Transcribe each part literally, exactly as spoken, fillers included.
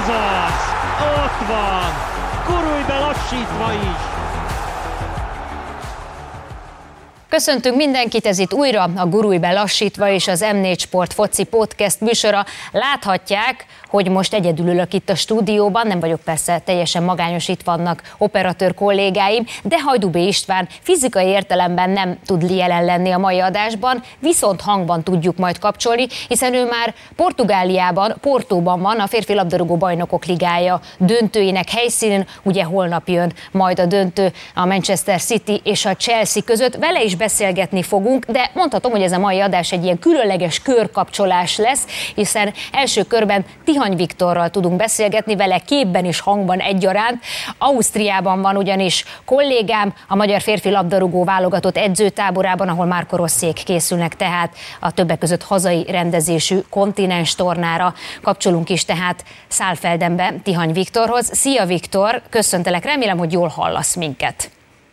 Azaz! Ott van! Gurulj be lassítva is! Köszöntünk mindenkit, ez itt újra a Gurulj be lassítva és az em négy Sport foci podcast műsora. Láthatják, hogy most egyedül ülök itt a stúdióban, nem vagyok persze teljesen magányos, itt vannak operatőr kollégáim, de Hajdú B. István fizikai értelemben nem tud jelen lenni a mai adásban, viszont hangban tudjuk majd kapcsolni, hiszen ő már Portugáliában, Portóban van, a férfi labdarúgó bajnokok ligája döntőinek helyszínén, ugye holnap jön majd a döntő a Manchester City és a Chelsea között, vele is beszélgetni fogunk, de mondhatom, hogy ez a mai adás egy ilyen különleges körkapcsolás lesz, hiszen első körben Tihany Viktorral tudunk beszélgetni, vele képben és hangban egyaránt. Ausztriában van ugyanis kollégám, a magyar férfi labdarúgó válogatott edzőtáborában, ahol Marco Rossiék készülnek tehát a többek között hazai rendezésű kontinens tornára. Kapcsolunk is tehát Szálfeldenbe Tihany Viktorhoz. Szia Viktor, köszöntelek, remélem, hogy jól hallasz minket.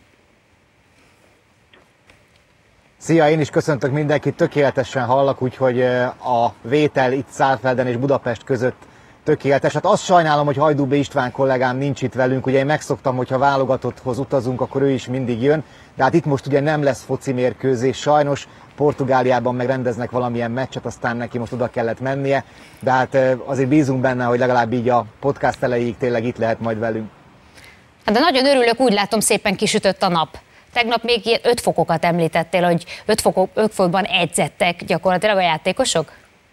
Szia, én is köszöntök mindenkit, tökéletesen hallak, úgyhogy a vétel itt Szálfelden és Budapest között tökéletes. Hát azt sajnálom, hogy Hajdú B. István kollégám nincs itt velünk, ugye én megszoktam, hogyha válogatotthoz utazunk, akkor ő is mindig jön, de hát itt most ugye nem lesz foci mérkőzés, sajnos Portugáliában megrendeznek valamilyen meccset, aztán neki most oda kellett mennie, de hát azért bízunk benne, hogy legalább így a podcast elejéig tényleg itt lehet majd velünk. De nagyon örülök, úgy látom, szépen kisütött a nap. Tegnap még ilyen öt fokokat említettél, hogy öt, fokok, öt fokban edzettek gyakorlatilag a játékosok?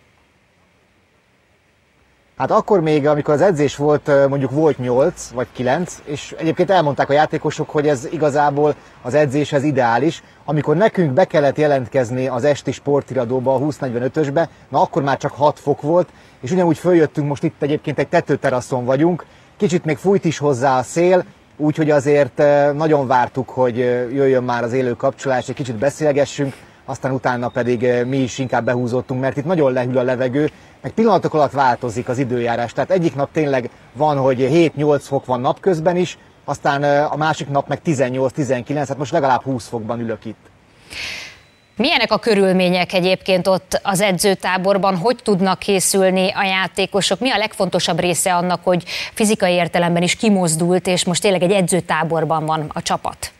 Hát akkor még, amikor az edzés volt, mondjuk volt nyolc vagy kilenc, és egyébként elmondták a játékosok, hogy ez igazából az edzéshez ideális. Amikor nekünk be kellett jelentkezni az esti sportiradóba, a húsz negyvenötösbe, na akkor már csak hat fok volt, és ugyanúgy följöttünk, most itt egyébként egy tetőteraszon vagyunk, kicsit még fújt is hozzá a szél, úgyhogy azért nagyon vártuk, hogy jöjjön már az élő kapcsolás, egy kicsit beszélgessünk, aztán utána pedig mi is inkább behúzottunk, mert itt nagyon lehűl a levegő, meg pillanatok alatt változik az időjárás. Tehát egyik nap tényleg van, hogy hét-nyolc fok van napközben is, aztán a másik nap meg tizennyolc-tizenkilenc, hát most legalább húsz fokban ülök itt. Milyenek a körülmények egyébként ott az edzőtáborban? Hogy tudnak készülni a játékosok? Mi a legfontosabb része annak, hogy fizikai értelemben is kimozdult, és most tényleg egy edzőtáborban van a csapat?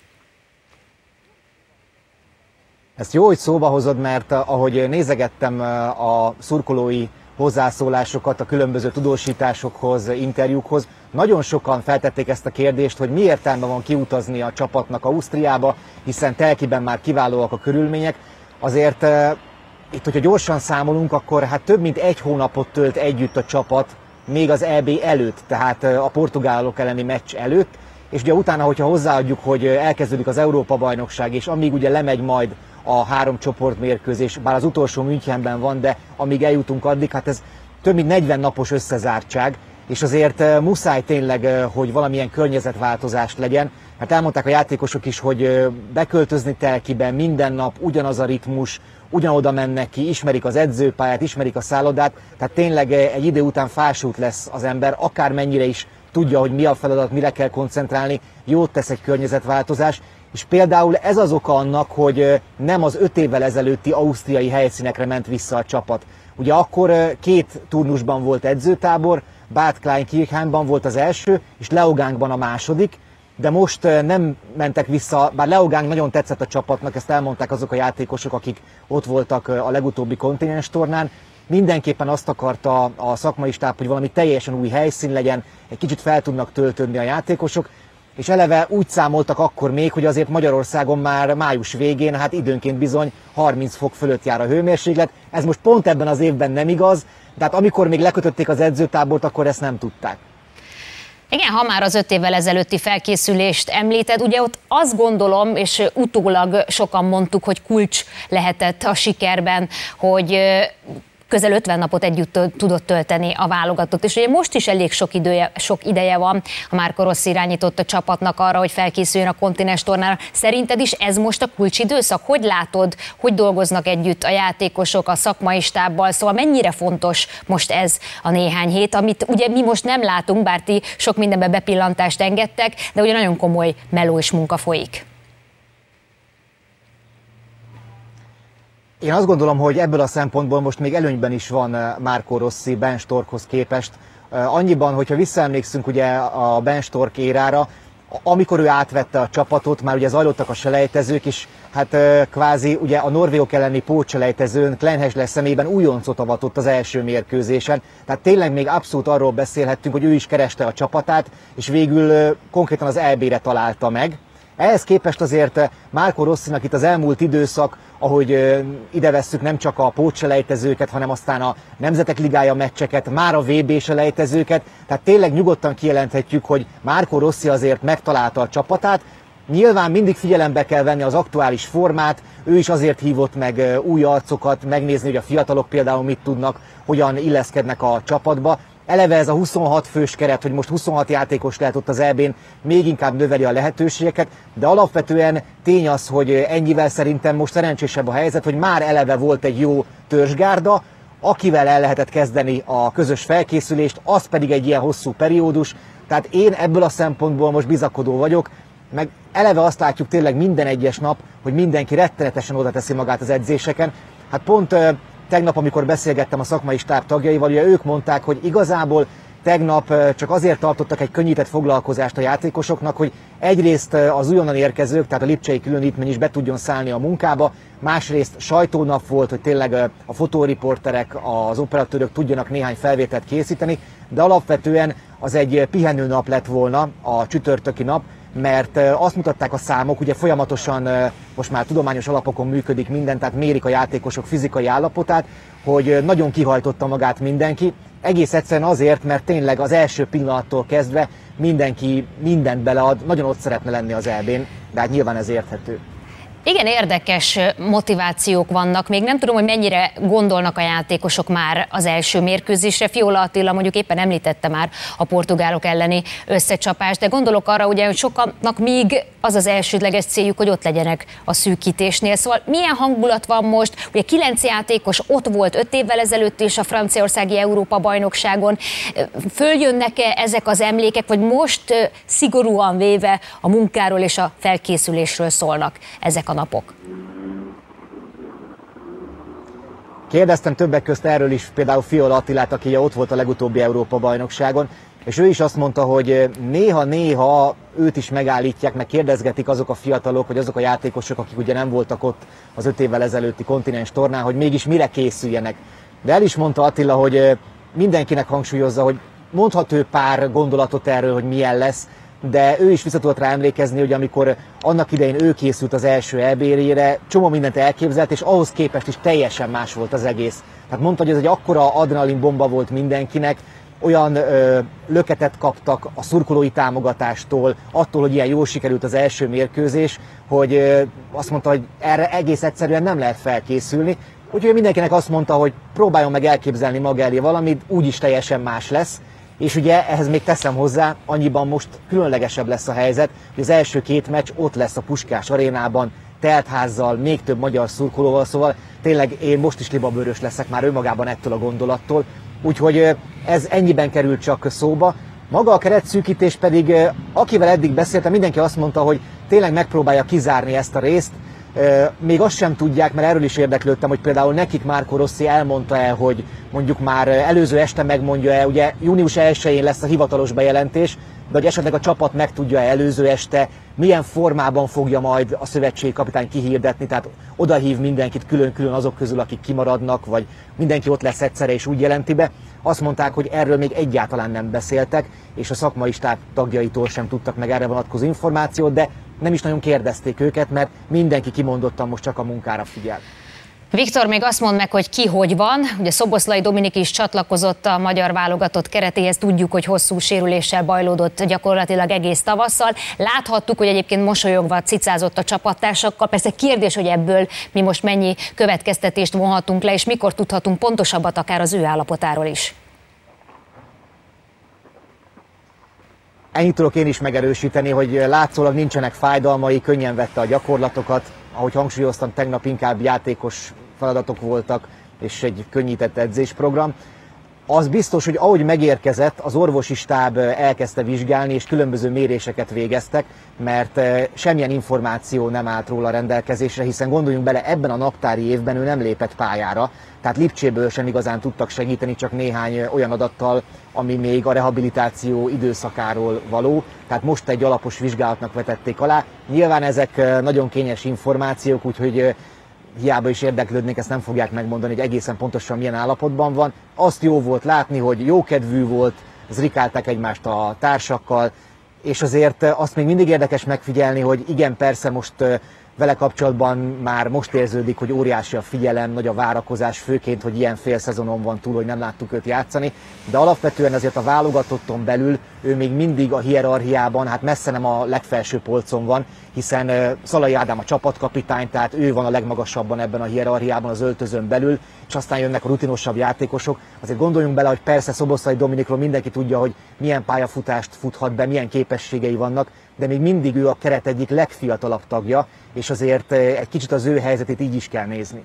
Ezt jó, hogy szóba hozod, mert ahogy nézegettem a szurkolói hozzászólásokat a különböző tudósításokhoz, interjúkhoz, nagyon sokan feltették ezt a kérdést, hogy mi értelme van kiutazni a csapatnak Ausztriába, hiszen Telkiben már kiválóak a körülmények. Azért itt, hogyha gyorsan számolunk, akkor hát több mint egy hónapot tölt együtt a csapat még az é bé előtt, tehát a portugálok elleni meccs előtt, és ugye utána, hogyha hozzáadjuk, hogy elkezdődik az Európa-bajnokság, és amíg ugye lemegy majd a három csoportmérkőzés, bár az utolsó Münchenben van, de amíg eljutunk addig, hát ez több mint negyven napos összezártság, és azért muszáj tényleg, hogy valamilyen környezetváltozást legyen, mert elmondták a játékosok is, hogy beköltözni Telkiben minden nap ugyanaz a ritmus, ugyanoda mennek ki, ismerik az edzőpályát, ismerik a szállodát, tehát tényleg egy idő után fásult lesz az ember, akármennyire is tudja, hogy mi a feladat, mire kell koncentrálni, jót tesz egy környezetváltozás, és például ez az oka annak, hogy nem az öt évvel ezelőtti ausztriai helyszínekre ment vissza a csapat. Ugye akkor két turnusban volt edzőtábor, Bad Kleinkirchheimban volt az első, és Leogánkban a második, de most nem mentek vissza, bár Leogánk nagyon tetszett a csapatnak, ezt elmondták azok a játékosok, akik ott voltak a legutóbbi kontinens tornán. Mindenképpen azt akarta a szakmai stáb, hogy valami teljesen új helyszín legyen, egy kicsit fel tudnak töltődni a játékosok, és eleve úgy számoltak akkor még, hogy azért Magyarországon már május végén, hát időnként bizony harminc fok fölött jár a hőmérséklet. Ez most pont ebben az évben nem igaz, de hát amikor még lekötötték az edzőtábort, akkor ezt nem tudták. Igen, ha már az öt évvel ezelőtti felkészülést említed, ugye ott azt gondolom, és utólag sokan mondtuk, hogy kulcs lehetett a sikerben, hogy közel ötven napot együtt tudott tölteni a válogatott. És ugye most is elég sok, idője, sok ideje van, a Marco Rossi irányított a csapatnak arra, hogy felkészüljön a kontinens tornára. Szerinted is ez most a kulcsidőszak? Hogy látod, hogy dolgoznak együtt a játékosok a szakmai stábbal? Szóval mennyire fontos most ez a néhány hét, amit ugye mi most nem látunk, bár ti sok mindenbe bepillantást engedtek, de ugye nagyon komoly melós munka folyik. Én azt gondolom, hogy ebből a szempontból most még előnyben is van Marco Rossi Ben Storkhoz képest, Annyiban, hogyha visszaemlékszünk ugye a Ben Stork érára, amikor ő átvette a csapatot, már ugye zajlottak a selejtezők is, hát kvázi ugye a norvégok elleni pótselejtezőn Glenn Hesler szemében újoncot avatott az első mérkőzésen. Tehát tényleg még abszolút arról beszélhettünk, hogy ő is kereste a csapatát, és végül konkrétan az é bé-re találta meg. Ehhez képest azért Marco Rossinak itt az elmúlt időszak, ahogy ide vesszük nem csak a pótselejtezőket, hanem aztán a Nemzetek Ligája meccseket, már a vé bé-selejtezőket, tehát tényleg nyugodtan kijelenthetjük, hogy Marco Rossi azért megtalálta a csapatát. Nyilván mindig figyelembe kell venni az aktuális formát, ő is azért hívott meg új arcokat, megnézni, hogy a fiatalok például mit tudnak, hogyan illeszkednek a csapatba. Eleve ez a huszonhat fős keret, hogy most huszonhat játékos lehet ott az é bén, még inkább növeli a lehetőségeket, de alapvetően tény az, hogy ennyivel szerintem most szerencsésebb a helyzet, hogy már eleve volt egy jó törzsgárda, akivel el lehetett kezdeni a közös felkészülést, az pedig egy ilyen hosszú periódus, tehát én ebből a szempontból most bizakodó vagyok, meg eleve azt látjuk tényleg minden egyes nap, hogy mindenki rettenetesen oda teszi magát az edzéseken. Hát pont tegnap, amikor beszélgettem a szakmai stáb tagjaival, ugye ők mondták, hogy igazából tegnap csak azért tartottak egy könnyített foglalkozást a játékosoknak, hogy egyrészt az újonnan érkezők, tehát a lipcsei különítmény is be tudjon szállni a munkába, másrészt sajtónap volt, hogy tényleg a fotóriporterek, az operatőrök tudjanak néhány felvételt készíteni, de alapvetően az egy pihenőnap lett volna, a csütörtöki nap, mert azt mutatták a számok, ugye folyamatosan most már tudományos alapokon működik minden, tehát mérik a játékosok fizikai állapotát, hogy nagyon kihajtotta magát mindenki, egész egyszerűen azért, mert tényleg az első pillanattól kezdve mindenki mindent belead, nagyon ott szeretne lenni az é bén, de hát nyilván ez érthető. Igen, érdekes motivációk vannak. Még nem tudom, hogy mennyire gondolnak a játékosok már az első mérkőzésre. Fiola Attila mondjuk éppen említette már a portugálok elleni összecsapást, de gondolok arra, ugye, hogy sokaknak még az az elsődleges céljuk, hogy ott legyenek a szűkítésnél. Szóval milyen hangulat van most? Ugye kilenc játékos ott volt öt évvel ezelőtt is a franciaországi Európa-bajnokságon. Följönnek-e ezek az emlékek, vagy most szigorúan véve a munkáról és a felkészülésről szólnak ezek a napok? Kérdeztem többek közt erről is például Fiola Attilát, aki ott volt a legutóbbi Európa-bajnokságon, és ő is azt mondta, hogy néha-néha őt is megállítják, meg kérdezgetik azok a fiatalok, vagy azok a játékosok, akik ugye nem voltak ott az öt évvel ezelőtti kontinens tornán, hogy mégis mire készüljenek. De el is mondta Attila, hogy mindenkinek hangsúlyozza, hogy mondhat ő pár gondolatot erről, hogy milyen lesz, de ő is vissza tudott rá emlékezni, hogy amikor annak idején ő készült az első é bé-re, csomó mindent elképzelt, és ahhoz képest is teljesen más volt az egész. Tehát mondta, hogy ez egy akkora adrenalinbomba volt mindenkinek, olyan ö, löketet kaptak a szurkolói támogatástól, attól, hogy ilyen jól sikerült az első mérkőzés, hogy ö, azt mondta, hogy erre egész egyszerűen nem lehet felkészülni. Úgyhogy mindenkinek azt mondta, hogy próbáljon meg elképzelni maga elé valamit, úgyis teljesen más lesz. És ugye ehhez még teszem hozzá, annyiban most különlegesebb lesz a helyzet, hogy az első két meccs ott lesz a Puskás arénában, teltházzal, még több magyar szurkolóval, szóval tényleg én most is libabőrös leszek már önmagában ettől a gondolattól. Úgyhogy ez ennyiben került csak szóba. Maga a keretszűkítés pedig, akivel eddig beszéltem, mindenki azt mondta, hogy tényleg megpróbálja kizárni ezt a részt. Még azt sem tudják, mert erről is érdeklődtem, hogy például nekik Marco Rossi elmondta-e, hogy mondjuk már előző este megmondja-e, ugye június elsején lesz a hivatalos bejelentés, de hogy esetleg a csapat megtudja-e előző este, milyen formában fogja majd a szövetségi kapitány kihirdetni, tehát odahív mindenkit külön-külön azok közül, akik kimaradnak, vagy mindenki ott lesz egyszerre és úgy jelenti be. Azt mondták, hogy erről még egyáltalán nem beszéltek, és a szakmai stáb tagjaitól sem tudtak meg erre vonatkozó információt, de nem is nagyon kérdezték őket, mert mindenki kimondottan most csak a munkára figyel. Viktor, még azt mondd meg, hogy ki hogy van. Ugye Szoboszlai Dominik is csatlakozott a magyar válogatott keretéhez, tudjuk, hogy hosszú sérüléssel bajlódott gyakorlatilag egész tavasszal. Láthattuk, hogy egyébként mosolyogva cicázott a csapattársakkal. Persze kérdés, hogy ebből mi most mennyi következtetést vonhatunk le, és mikor tudhatunk pontosabbat akár az ő állapotáról is. Ennyit tudok én is megerősíteni, hogy látszólag nincsenek fájdalmai, könnyen vette a gyakorlatokat. Ahogy hangsúlyoztam, tegnap inkább játékos feladatok voltak, és egy könnyített edzésprogram. Az biztos, hogy ahogy megérkezett, az orvosi stáb elkezdte vizsgálni, és különböző méréseket végeztek, mert semmilyen információ nem állt róla rendelkezésre, hiszen gondoljunk bele, ebben a naptári évben ő nem lépett pályára, tehát Lipcséből sem igazán tudtak segíteni, csak néhány olyan adattal, ami még a rehabilitáció időszakáról való, tehát most egy alapos vizsgálatnak vetették alá. Nyilván ezek nagyon kényes információk, úgyhogy hiába is érdeklődnék, ezt nem fogják megmondani, hogy egészen pontosan milyen állapotban van. Azt jó volt látni, hogy jókedvű volt, zrikálták egymást a társakkal, és azért azt még mindig érdekes megfigyelni, hogy igen, persze most vele kapcsolatban már most érződik, hogy óriási a figyelem, nagy a várakozás, főként, hogy ilyen fél szezonon van túl, hogy nem láttuk őt játszani, de alapvetően azért a válogatotton belül ő még mindig a hierarchiában, hát messze nem a legfelső polcon van, hiszen Szalai Ádám a csapatkapitány, tehát ő van a legmagasabban ebben a hierarchiában az öltözön belül, és aztán jönnek a rutinosabb játékosok. Azért gondoljunk bele, hogy persze Szoboszlai Dominikról mindenki tudja, hogy milyen pályafutást futhat be, milyen képességei vannak, de még mindig ő a keret egyik legfiatalabb tagja, és azért egy kicsit az ő helyzetét így is kell nézni.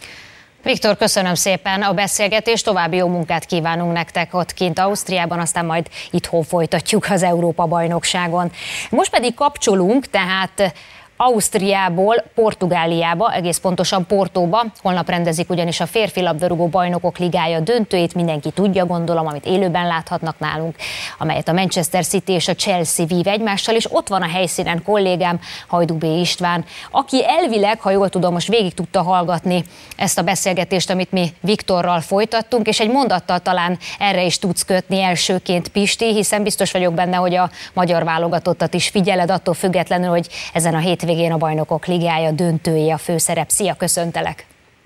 Viktor, köszönöm szépen a beszélgetést, további jó munkát kívánunk nektek ott kint Ausztriában, aztán majd itthon folytatjuk az Európa-bajnokságon. Most pedig kapcsolunk, tehát Ausztriából Portugáliába, egész pontosan Portóba. Holnap rendezik ugyanis a férfi labdarúgó bajnokok ligája döntőjét, mindenki tudja, gondolom, amit élőben láthatnak nálunk, amelyet a Manchester City és a Chelsea vív egymással, és ott van a helyszínen kollégám, Hajdú B. István, aki elvileg, ha jól tudom, most végig tudta hallgatni ezt a beszélgetést, amit mi Viktorral folytattunk, és egy mondattal talán erre is tudsz kötni elsőként, Pisti, hiszen biztos vagyok benne, hogy a magyar válogatottat is figyeled, attól függetlenül, hogy ezen a hétvégén végén a Bajnokok Ligája döntője a főszerep. Szia, köszöntelek!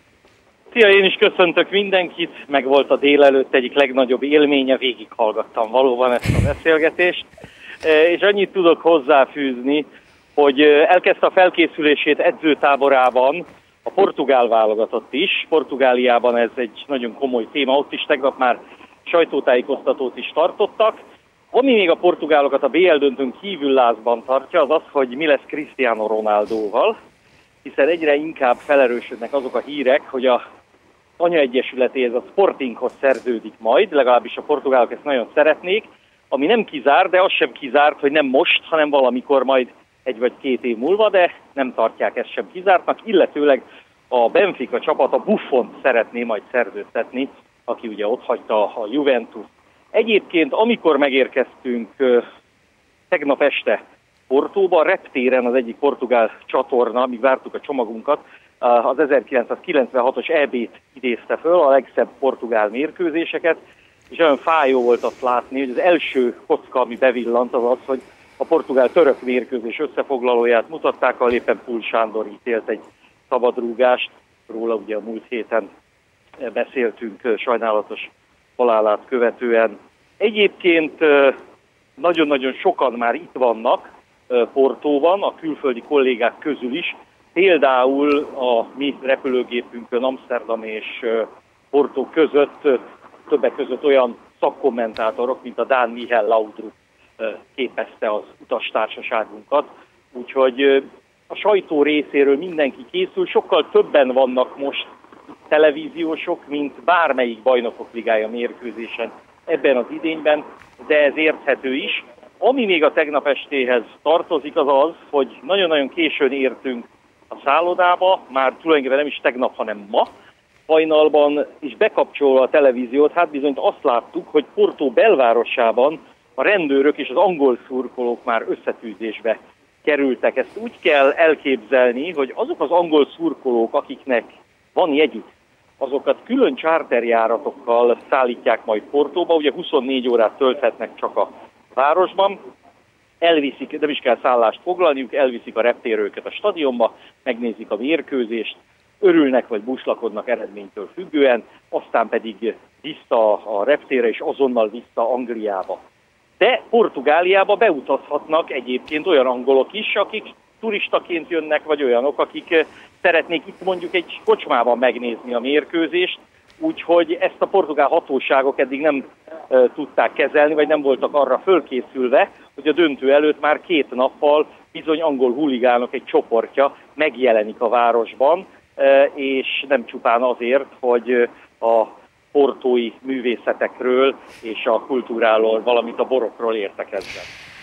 Szia, én is köszöntök mindenkit, meg volt a délelőtt egyik legnagyobb élménye, végighallgattam valóban ezt a beszélgetést, és annyit tudok hozzáfűzni, hogy elkezdte a felkészülését edzőtáborában a portugál válogatott is. Portugáliában ez egy nagyon komoly téma, ott is tegnap már sajtótájékoztatót is tartottak. Ami még a portugálokat a bé el döntőn kívül lázban tartja, az az, hogy mi lesz Cristiano Ronaldóval, hiszen egyre inkább felerősödnek azok a hírek, hogy a anyaegyesületéhez, a Sportinghoz szerződik majd, legalábbis a portugálok ezt nagyon szeretnék, ami nem kizár, de az sem kizárt, hogy nem most, hanem valamikor majd egy vagy két év múlva, de nem tartják ezt sem kizártnak, illetőleg a Benfica csapat a Buffont szeretné majd szerződtetni, aki ugye ott hagyta a Juventus. Egyébként, amikor megérkeztünk uh, tegnap este Portóba, a reptéren az egyik portugál csatorna, amíg vártuk a csomagunkat, uh, az ezerkilencszázkilencvenhatos é bét idézte föl, a legszebb portugál mérkőzéseket, és olyan fájó volt azt látni, hogy az első kocka, ami bevillant, az az, hogy a portugál-török mérkőzés összefoglalóját mutatták, ahol éppen Pul Sándor ítélt egy szabadrúgást, róla ugye a múlt héten beszéltünk, uh, sajnálatos halálát követően. Egyébként nagyon-nagyon sokan már itt vannak Portóban, a külföldi kollégák közül is. Például a mi repülőgépünkön Amsterdam és Portó között, többek között olyan szakkommentátorok, mint a Dán Mihály Laudrup képezte az utastársaságunkat. Úgyhogy a sajtó részéről mindenki készül, sokkal többen vannak most televíziósok, mint bármelyik Bajnokok Ligája mérkőzésen ebben az idényben, de ez érthető is. Ami még a tegnap estéhez tartozik, az az, hogy nagyon-nagyon későn értünk a szállodába, már tulajdonképpen nem is tegnap, hanem ma, hajnalban is bekapcsolva a televíziót, hát bizony azt láttuk, hogy Portó belvárosában a rendőrök és az angol szurkolók már összetűzésbe kerültek. Ezt úgy kell elképzelni, hogy azok az angol szurkolók, akiknek van jegyük, azokat külön charterjáratokkal szállítják majd Portóba, ugye huszonnégy órát tölthetnek csak a városban, elviszik, nem is kell szállást foglalniuk, elviszik a reptérőket a stadionba, megnézik a mérkőzést, örülnek vagy buslakodnak eredménytől függően, aztán pedig vissza a reptérre és azonnal vissza Angliába. De Portugáliába beutazhatnak egyébként olyan angolok is, akik turistaként jönnek, vagy olyanok, akik szeretnék itt mondjuk egy kocsmában megnézni a mérkőzést, úgyhogy ezt a portugál hatóságok eddig nem e, tudták kezelni, vagy nem voltak arra fölkészülve, hogy a döntő előtt már két nappal bizony angol huligánok egy csoportja megjelenik a városban, e, és nem csupán azért, hogy a portói művészetekről és a kultúráról, valamint a borokról értekezzen.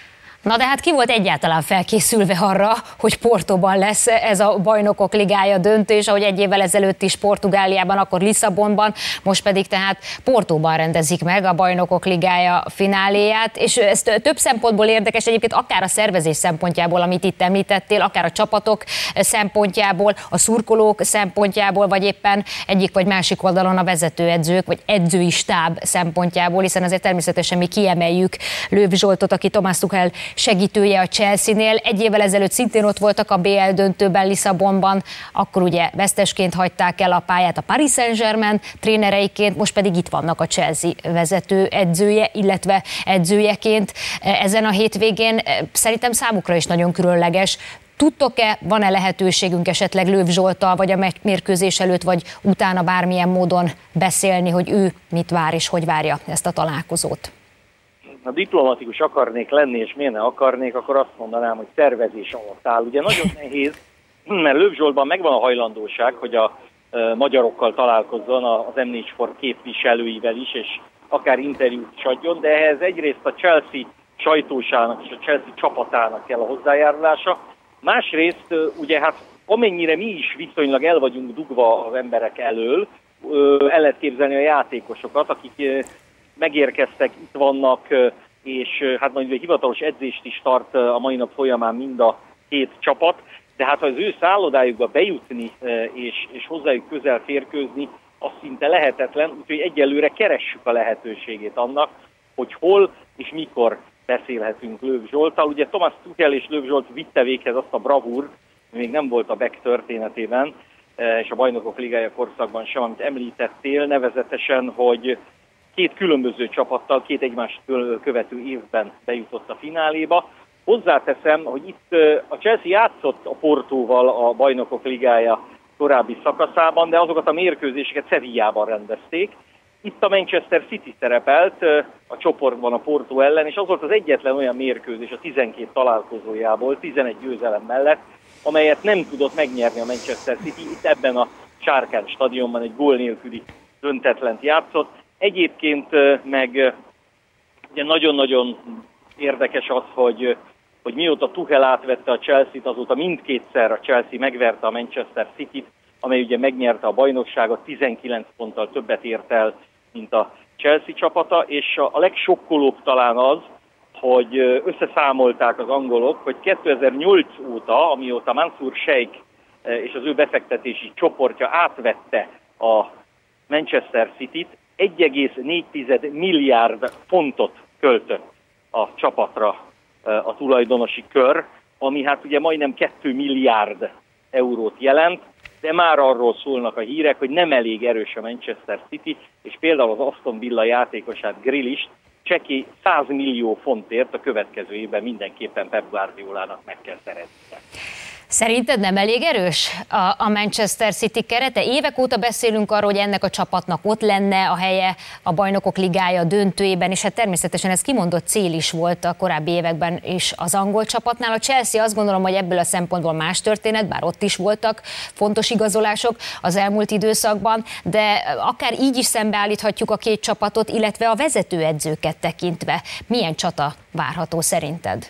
Na de hát ki volt egyáltalán felkészülve arra, hogy Portóban lesz ez a Bajnokok Ligája döntő, és ahogy egy évvel ezelőtt is Portugáliában, akkor Lisszabonban, most pedig tehát Portóban rendezik meg a Bajnokok Ligája fináléját, és ez több szempontból érdekes, egyébként akár a szervezés szempontjából, amit itt említettél, akár a csapatok szempontjából, a szurkolók szempontjából, vagy éppen egyik vagy másik oldalon a vezetőedzők, vagy edzői stáb szempontjából, hiszen azért természetesen mi kiemeljük Löw Zsoltot, aki Thomas Tuchel segítője a Chelsea-nél. Egy évvel ezelőtt szintén ott voltak a bé el döntőben Lisszabonban, akkor ugye vesztesként hagyták el a pályát a Paris Saint-Germain trénereiként, most pedig itt vannak a Chelsea vezető edzője, illetve edzőjeként ezen a hétvégén. Szerintem számukra is nagyon különleges. Tudtok-e, van-e lehetőségünk esetleg Löw Zsolttal, vagy a mérkőzés előtt, vagy utána bármilyen módon beszélni, hogy ő mit vár és hogy várja ezt a találkozót? Ha diplomatikus akarnék lenni, és miért ne akarnék, akkor azt mondanám, hogy szervezés alatt áll. Ugye nagyon nehéz, mert Löw Zsoltban megvan a hajlandóság, hogy a e, magyarokkal találkozzon, az em négy Sport képviselőivel is, és akár interjút is adjon, de ehhez egyrészt a Chelsea sajtósának és a Chelsea csapatának kell a hozzájárulása. Másrészt ugye hát amennyire mi is viszonylag el vagyunk dugva az emberek elől, el lehet képzelni a játékosokat, akik megérkeztek, itt vannak, és hát majd hivatalos edzést is tart a mai nap folyamán mind a két csapat, de hát ha az ő szállodájukba bejutni és, és hozzájuk közel férkőzni, az szinte lehetetlen, úgyhogy egyelőre keressük a lehetőségét annak, hogy hol és mikor beszélhetünk Löw Zsolttal. Ugye Thomas Tuchel és Löw Zsolt vitte véghez azt a bravúr, még nem volt a Beck történetében, és a Bajnokok Ligája korszakban sem, amit említettél, nevezetesen, hogy két különböző csapattal, két egymást követő évben bejutott a fináléba. Hozzáteszem, hogy itt a Chelsea játszott a Portóval a Bajnokok Ligája korábbi szakaszában, de azokat a mérkőzéseket Sevillában rendezték. Itt a Manchester City szerepelt a csoportban a Porto ellen, és az volt az egyetlen olyan mérkőzés a tizenkét találkozójából, tizenegy győzelem mellett, amelyet nem tudott megnyerni a Manchester City. Itt ebben a Sárkán stadionban egy gól nélküli döntetlent játszott. Egyébként meg ugye nagyon-nagyon érdekes az, hogy, hogy mióta Tuchel átvette a Chelsea-t, azóta mindkétszer a Chelsea megverte a Manchester City-t, amely ugye megnyerte a bajnokságot, tizenkilenc ponttal többet ért el, mint a Chelsea csapata, és a, a legsokkolóbb talán az, hogy összeszámolták az angolok, hogy kétezer-nyolc óta, amióta Mansour Sheikh és az ő befektetési csoportja átvette a Manchester City-t, egy egész négy milliárd fontot költött a csapatra a tulajdonosi kör, ami hát ugye majdnem két milliárd eurót jelent, de már arról szólnak a hírek, hogy nem elég erős a Manchester City, és például az Aston Villa játékosát, Grealist csekély száz millió fontért a következő évben mindenképpen Pep Guardiolának meg kell szereznie. Szerinted nem elég erős a Manchester City kerete? Évek óta beszélünk arról, hogy ennek a csapatnak ott lenne a helye a Bajnokok Ligája döntőjében, és hát természetesen ez kimondott cél is volt a korábbi években is az angol csapatnál. A Chelsea azt gondolom, hogy ebből a szempontból más történet, bár ott is voltak fontos igazolások az elmúlt időszakban, de akár így is szembeállíthatjuk a két csapatot, illetve a vezetőedzőket tekintve. Milyen csata várható szerinted?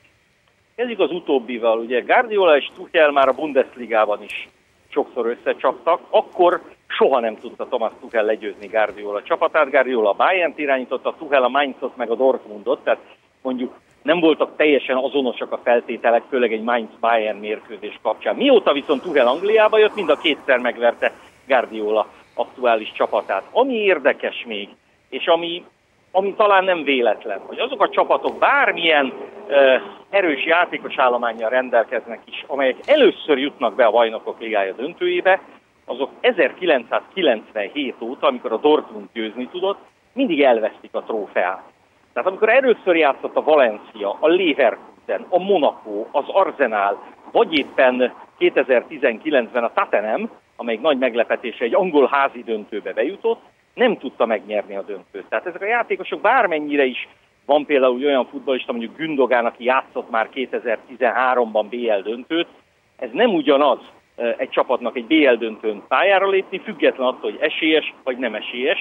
Kezdjük az utóbbival, ugye Guardiola és Tuchel már a Bundesligában is sokszor összecsaptak, akkor soha nem tudta Thomas Tuchel legyőzni Guardiola csapatát. Guardiola a Bayernt irányította, Tuchel a Mainzot meg a Dortmundot, tehát mondjuk nem voltak teljesen azonosak a feltételek, főleg egy Mainz-Bayern mérkőzés kapcsán. Mióta viszont Tuchel Angliába jött, mind a kétszer megverte Guardiola aktuális csapatát. Ami érdekes még, és ami ami talán nem véletlen, hogy azok a csapatok bármilyen uh, erős játékos állománnyal rendelkeznek is, amelyek először jutnak be a Bajnokok Ligája döntőjébe, azok ezerkilencszázkilencvenhét óta, amikor a Dortmund győzni tudott, mindig elvesztik a trófeát. Tehát amikor először játszott a Valencia, a Leverkusen, a Monaco, az Arsenal, vagy éppen kétezer-tizenkilencben a Tottenham, amelyik nagy meglepetése egy angol házi döntőbe bejutott, nem tudta megnyerni a döntőt. Tehát ezek a játékosok bármennyire is, van például olyan futballista, mondjuk Gündogan, aki játszott már kétezer-tizenháromban bé el döntőt, ez nem ugyanaz egy csapatnak egy bé el döntőn pályára lépni, független attól, hogy esélyes vagy nem esélyes.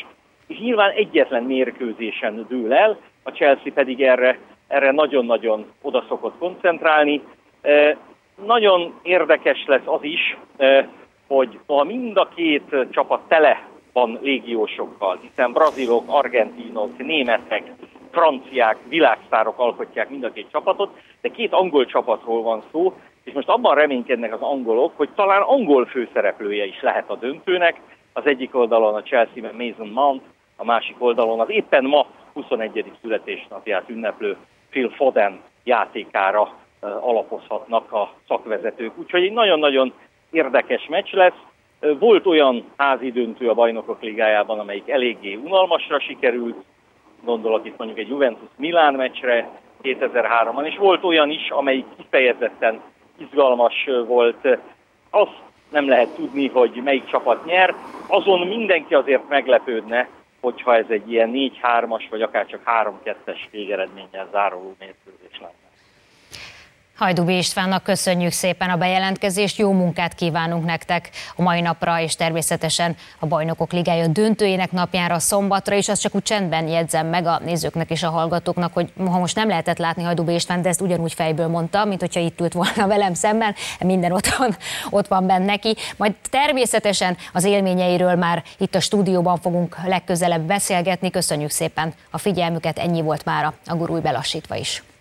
és nyilván egyetlen mérkőzésen dől el, a Chelsea pedig erre, erre nagyon-nagyon oda szokott koncentrálni. Nagyon érdekes lesz az is, hogy ha mind a két csapat tele van légiósokkal, hiszen brazilok, argentinok, németek, franciák, világsztárok alkotják mind a két csapatot, de két angol csapatról van szó, és most abban reménykednek az angolok, hogy talán angol főszereplője is lehet a döntőnek. Az egyik oldalon a Chelsea-ben Mason Mount, a másik oldalon az éppen ma huszonegyedik születésnapját ünneplő Phil Foden játékára uh, alapozhatnak a szakvezetők. Úgyhogy egy nagyon-nagyon érdekes meccs lesz. Uh, volt olyan házi döntő a Bajnokok Ligájában, amelyik eléggé unalmasra sikerült, gondolok itt mondjuk egy Juventus-Milán meccsre kétezer-háromban, és volt olyan is, amelyik kifejezetten izgalmas volt. Azt nem lehet tudni, hogy melyik csapat nyer. Azon mindenki azért meglepődne, hogyha ez egy ilyen négy hármas, vagy akár csak három kettes végeredménnyel záruló mérkőzés lenne. Hajdúbi Istvánnak köszönjük szépen a bejelentkezést, jó munkát kívánunk nektek a mai napra, és természetesen a Bajnokok Ligája döntőjének napjára, szombatra, és azt csak úgy csendben jegyzem meg a nézőknek és a hallgatóknak, hogy ha most nem lehetett látni Hajdúbi István, de ezt ugyanúgy fejből mondta, mint hogyha itt ült volna velem szemben, minden ott van, ott van benne neki. Majd természetesen az élményeiről már itt a stúdióban fogunk legközelebb beszélgetni. Köszönjük szépen a figyelmüket, ennyi volt mára a Gurulj be lassítva is.